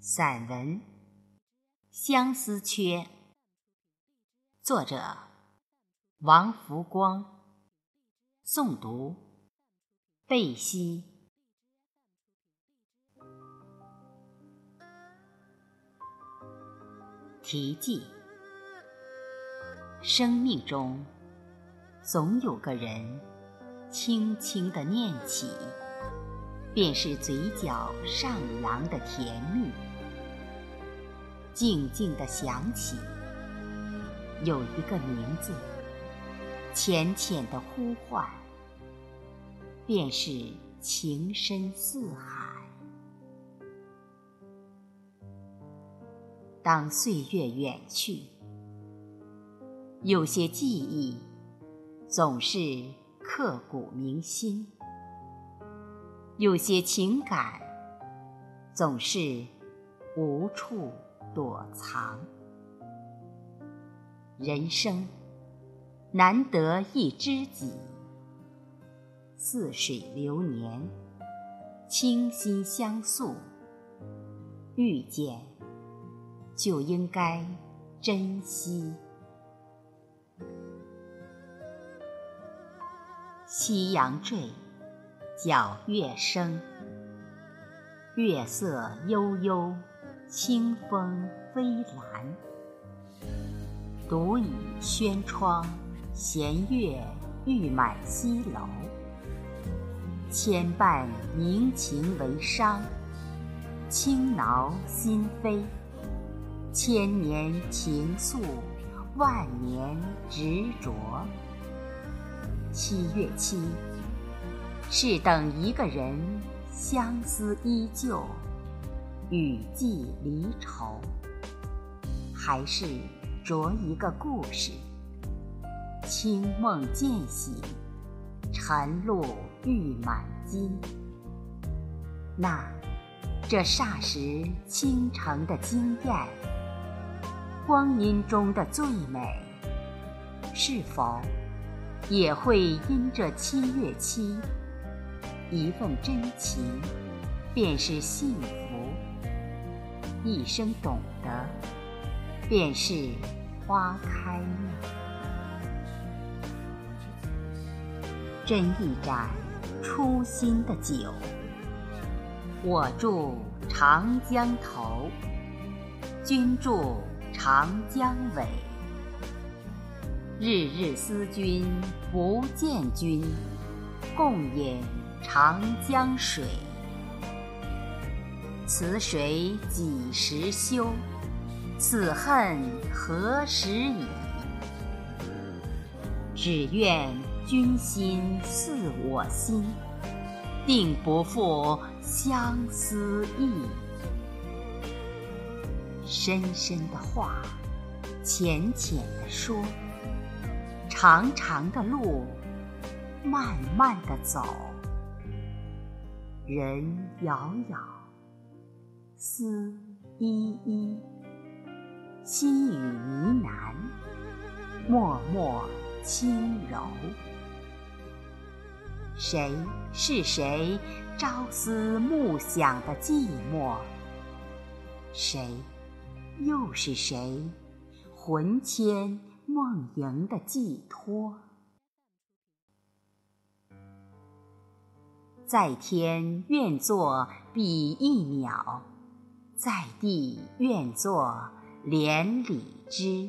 散文《相思缺》，作者王福光，诵读贝西。题记：生命中总有个人轻轻地念起，便是嘴角上扬的甜蜜；静静地想起，有一个名字浅浅的呼唤，便是情深似海。当岁月远去，有些记忆总是刻骨铭心，有些情感总是无处躲藏。人生难得一知己，似水流年，倾心相诉，遇见就应该珍惜。夕阳坠，皎月升，月色悠悠，清风微澜。独倚轩窗，闲月欲满西楼。牵绊凝情为伤，轻挠心扉。千年情愫，万年执着。7月7，是等一个人相思依旧，雨季离愁，还是着一个故事，清梦渐醒，晨露欲满襟。那这霎时倾城的惊艳，光阴中的最美，是否也会因这7月7，一份真情便是幸福，一生懂得便是花开呢？斟一盏初心的酒，我住长江头，君住长江尾。日日思君不见君，共饮长江水。此水几时休？此恨何时已？只愿君心似我心，定不负相思意。深深的话，浅浅的说，长长的路，慢慢的走。人杳杳，思依依，心语呢喃，脉脉轻柔。谁是谁朝思暮想的寂寞？谁又是谁魂牵梦萦的寄托？在天愿作比翼鸟，在地愿作连理枝。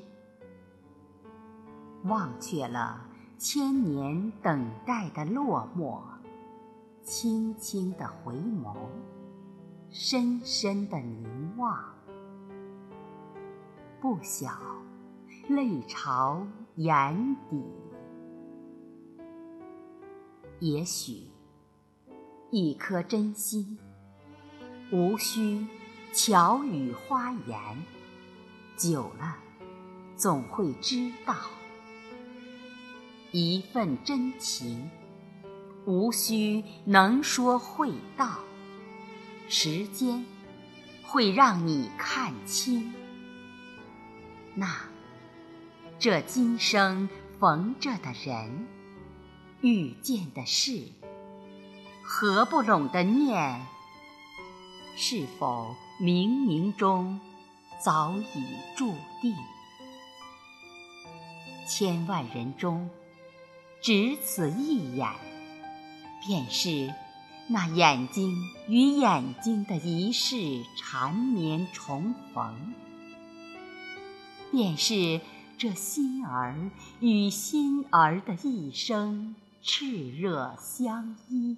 忘却了千年等待的落寞，轻轻的回眸，深深的凝望，不晓泪潮眼底。也许一颗真心，无需巧语花言，久了总会知道。一份真情，无需能说会道，时间会让你看清。那这今生逢着的人，遇见的事，合不拢的念， 是否冥冥中早已注定？千万人中，只此一眼，便是那眼睛与眼睛的一世缠绵重逢，便是这心儿与心儿的一生炽热相依。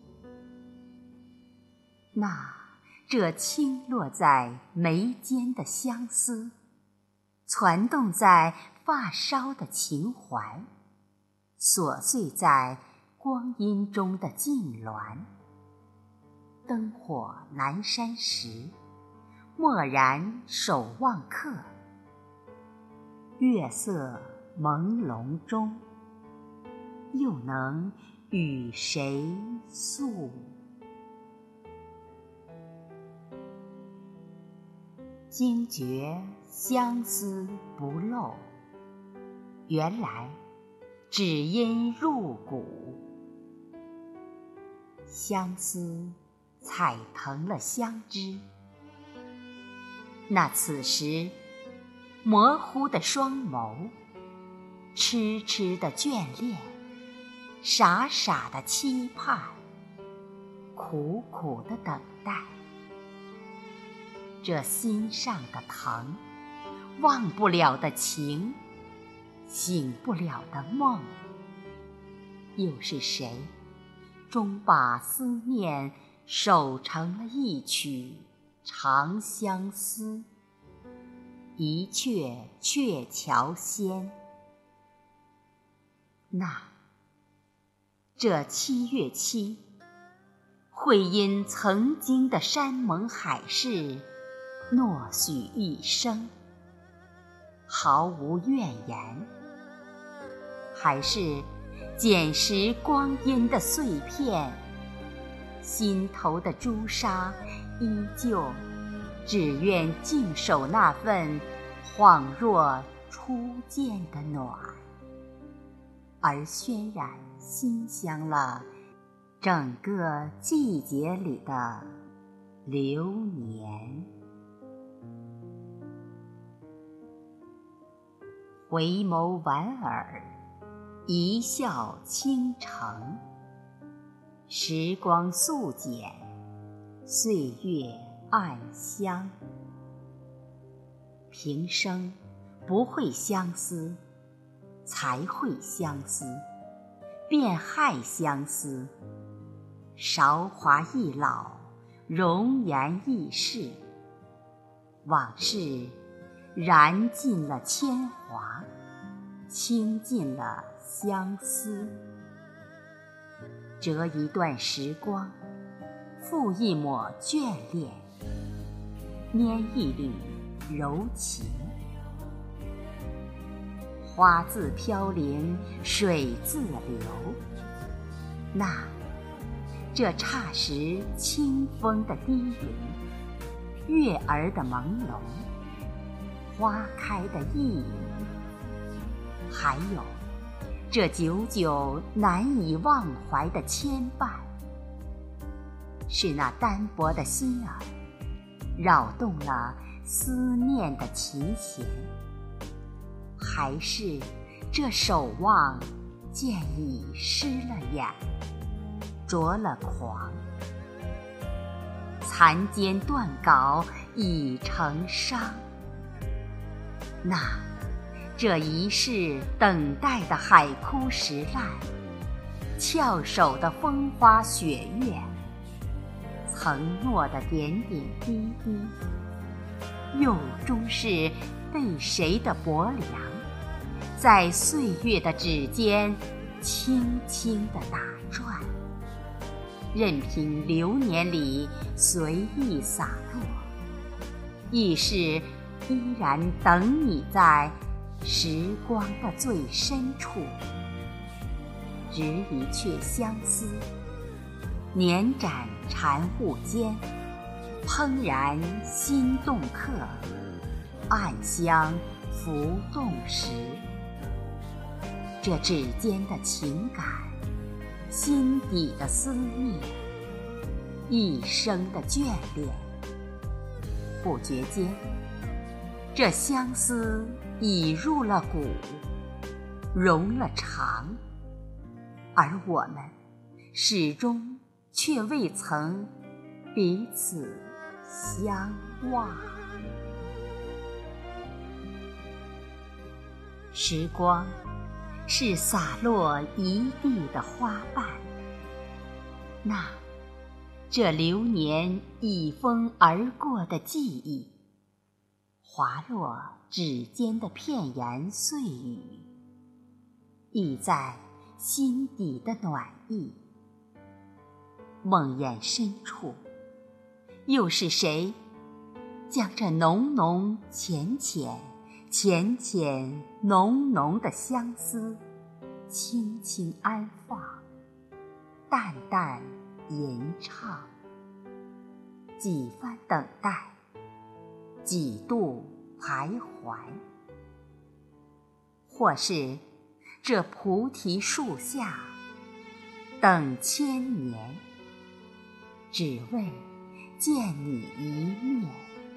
那这倾落在眉间的相思，攒动在发梢的情怀，琐碎在光阴中的痉挛。灯火阑珊时，蓦然守望客，月色朦胧中，又能与谁诉？惊觉相思不漏，原来只因入骨。相思踩疼了相知，那此时模糊的双眸，痴痴的眷恋，傻傻的期盼，苦苦的等待。这心上的疼，忘不了的情，醒不了的梦，又是谁终把思念守成了一曲长相思？一阙鹊桥仙。那这7月7，会因曾经的山盟海誓诺许一生，毫无怨言？还是捡拾光阴的碎片，心头的朱砂依旧，只愿静守那份恍若初见的暖，而渲染馨香了整个季节里的流年。回眸莞尔，一笑倾城。时光素简，岁月暗香。平生不会相思，才会相思，便害相思。韶华易老，容颜易逝，往事燃尽了铅华，倾尽了相思。折一段时光，复一抹眷恋，拈一缕柔情。花自飘零，水自流。那这霎时清风的低语，月儿的朦胧，花开的意语，还有这久久难以忘怀的牵绊，是那单薄的心儿扰动了思念的琴弦，还是这守望渐已失了眼，着了狂，残笺断稿已成伤。那这一世等待的海枯石烂，翘首的风花雪月，承诺的点点滴滴，又终是被谁的薄凉，在岁月的指尖轻轻地打转，任凭流年里随意洒落，亦是依然等你在时光的最深处。执一阙相思，年展禅雾间，怦然心动客，暗香浮动时。这指尖的情感，心底的思念，一生的眷恋， 不觉间，这相思已入了骨，融了肠，而我们始终却未曾彼此相忘。时光是洒落一地的花瓣，那这流年一风而过的记忆，滑落指尖的片言碎语，溢在心底的暖意。梦魇深处，又是谁将这浓浓浅浅、浅浅浓浓的相思轻轻安放，淡淡吟唱？几番等待，几度徘徊，或是这菩提树下等千年，只为见你一面。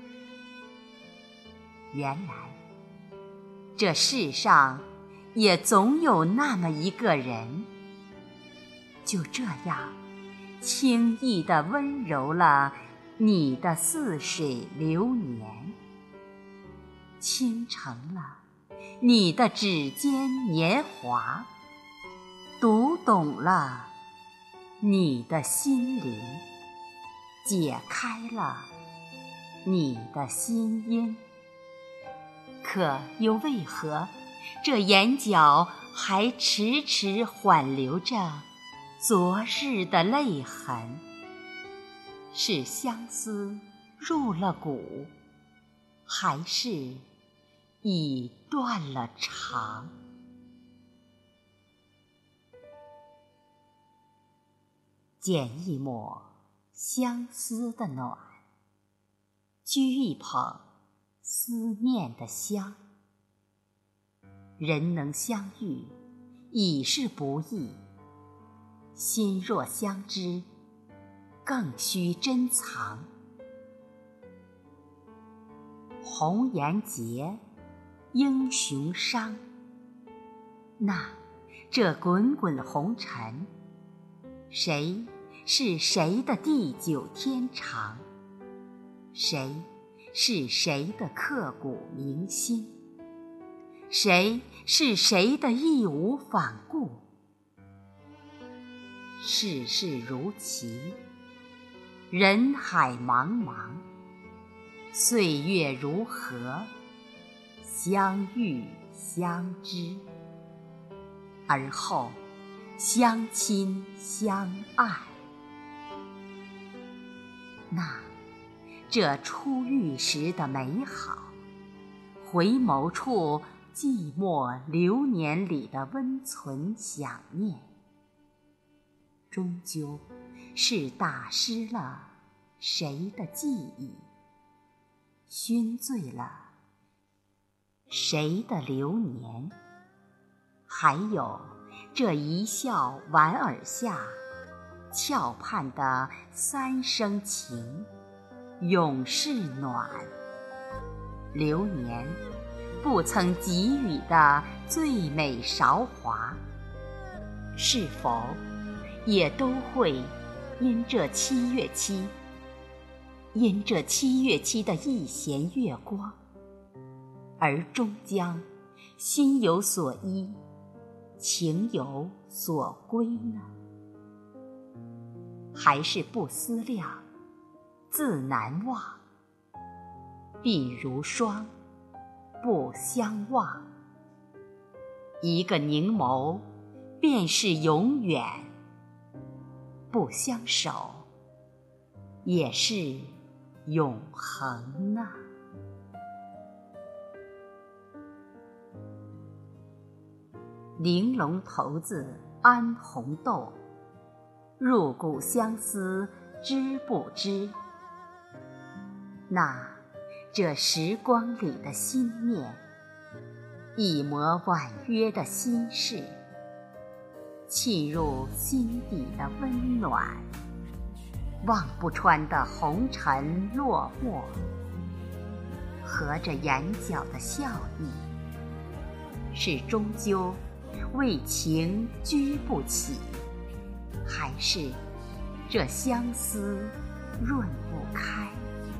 原来这世上也总有那么一个人，就这样轻易地温柔了你的似水流年，倾城了你的指尖年华，读懂了你的心灵，解开了你的心音。可又为何这眼角还迟迟缓流着昨日的泪痕？是相思入了骨，还是已断了肠？捡一抹相思的暖，掬一捧思念的香。人能相遇已是不易，心若相知更须珍藏。红颜劫，英雄伤，那这滚滚红尘，谁是谁的地久天长？谁是谁的刻骨铭心？谁是谁的义无反顾？世事如棋，人海茫茫，岁月如河，相遇相知，而后相亲相爱。那这初遇时的美好，回眸处寂寞流年里的温存想念，终究是打湿了谁的记忆，熏醉了谁的流年。还有这一笑莞尔下翘盼的三生情，永是暖。流年不曾给予的最美韶华，是否也都会因这七月期，因这七月期的一弦月光，而终将心有所依，情有所归呢？还是不思量，自难忘？鬓如霜，不相忘。一个凝眸，便是永远；不相守，也是永恒啊。玲珑骰子安红豆，入骨相思知不知？那这时光里的心念，一抹婉约的心事，沁入心底的温暖。望不穿的红尘落寞， 合着眼角的笑意，是终究为情居不起，还是这相思润不开？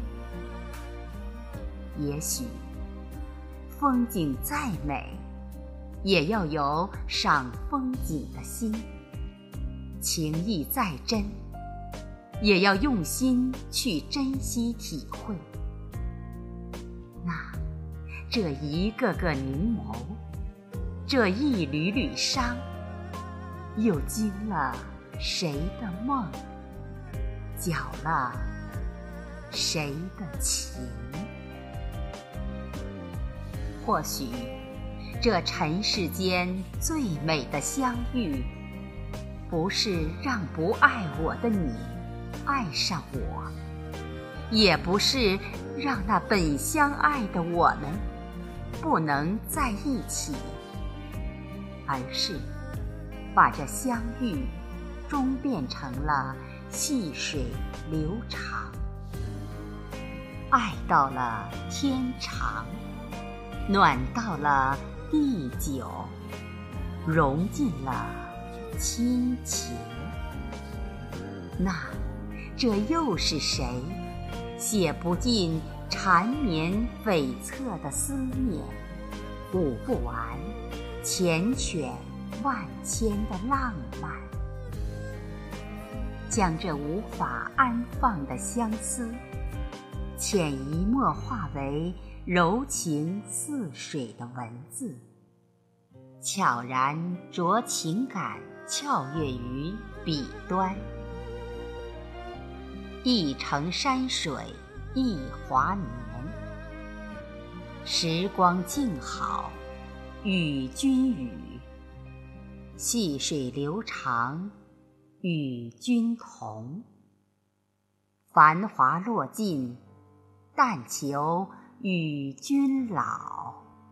也许风景再美，也要有赏风景的心；情谊再真，也要用心去珍惜体会。那这一个个凝眸，这一缕缕伤，又惊了谁的梦，搅了谁的情？或许这尘世间最美的相遇，不是让不爱我的你爱上我，也不是让那本相爱的我们不能在一起，而是把这相遇终变成了细水流长，爱到了天长，暖到了地久，融进了亲情。那这又是谁写不尽缠绵悱恻的思念，舞不完缱绻万千的浪漫？将这无法安放的相思，潜移默化为柔情似水的文字，悄然着情感跳跃于笔端。一程山水一华年，时光静好与君语，细水流长与君同。繁华落尽，但求与君老。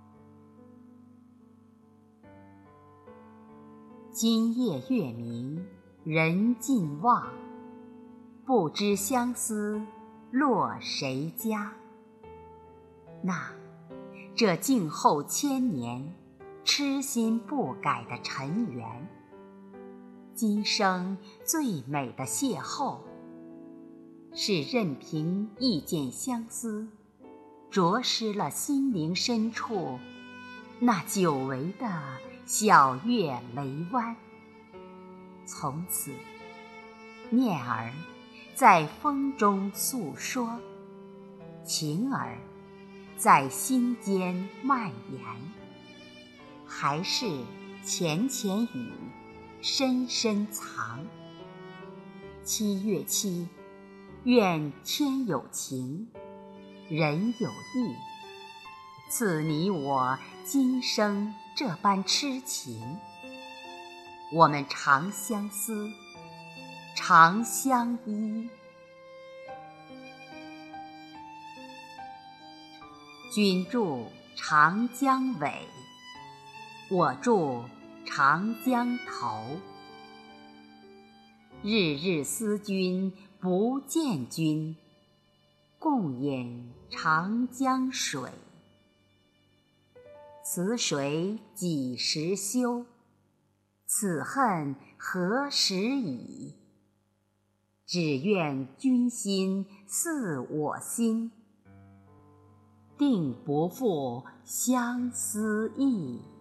今夜月明人尽望，不知相思落谁家？那这静候千年，痴心不改的尘缘，今生最美的邂逅，是任凭一剪相思，着湿了心灵深处那久违的小月眉弯。从此念儿在风中诉说，情儿在心间蔓延，还是浅浅语深深藏。七月七，愿天有情，人有意，赐你我今生这般痴情。我们长相思，长相依。君住长江尾，我住长江头。日日思君不见君，共饮长江水。此水几时休？此恨何时已？只愿君心似我心，定不负相思意。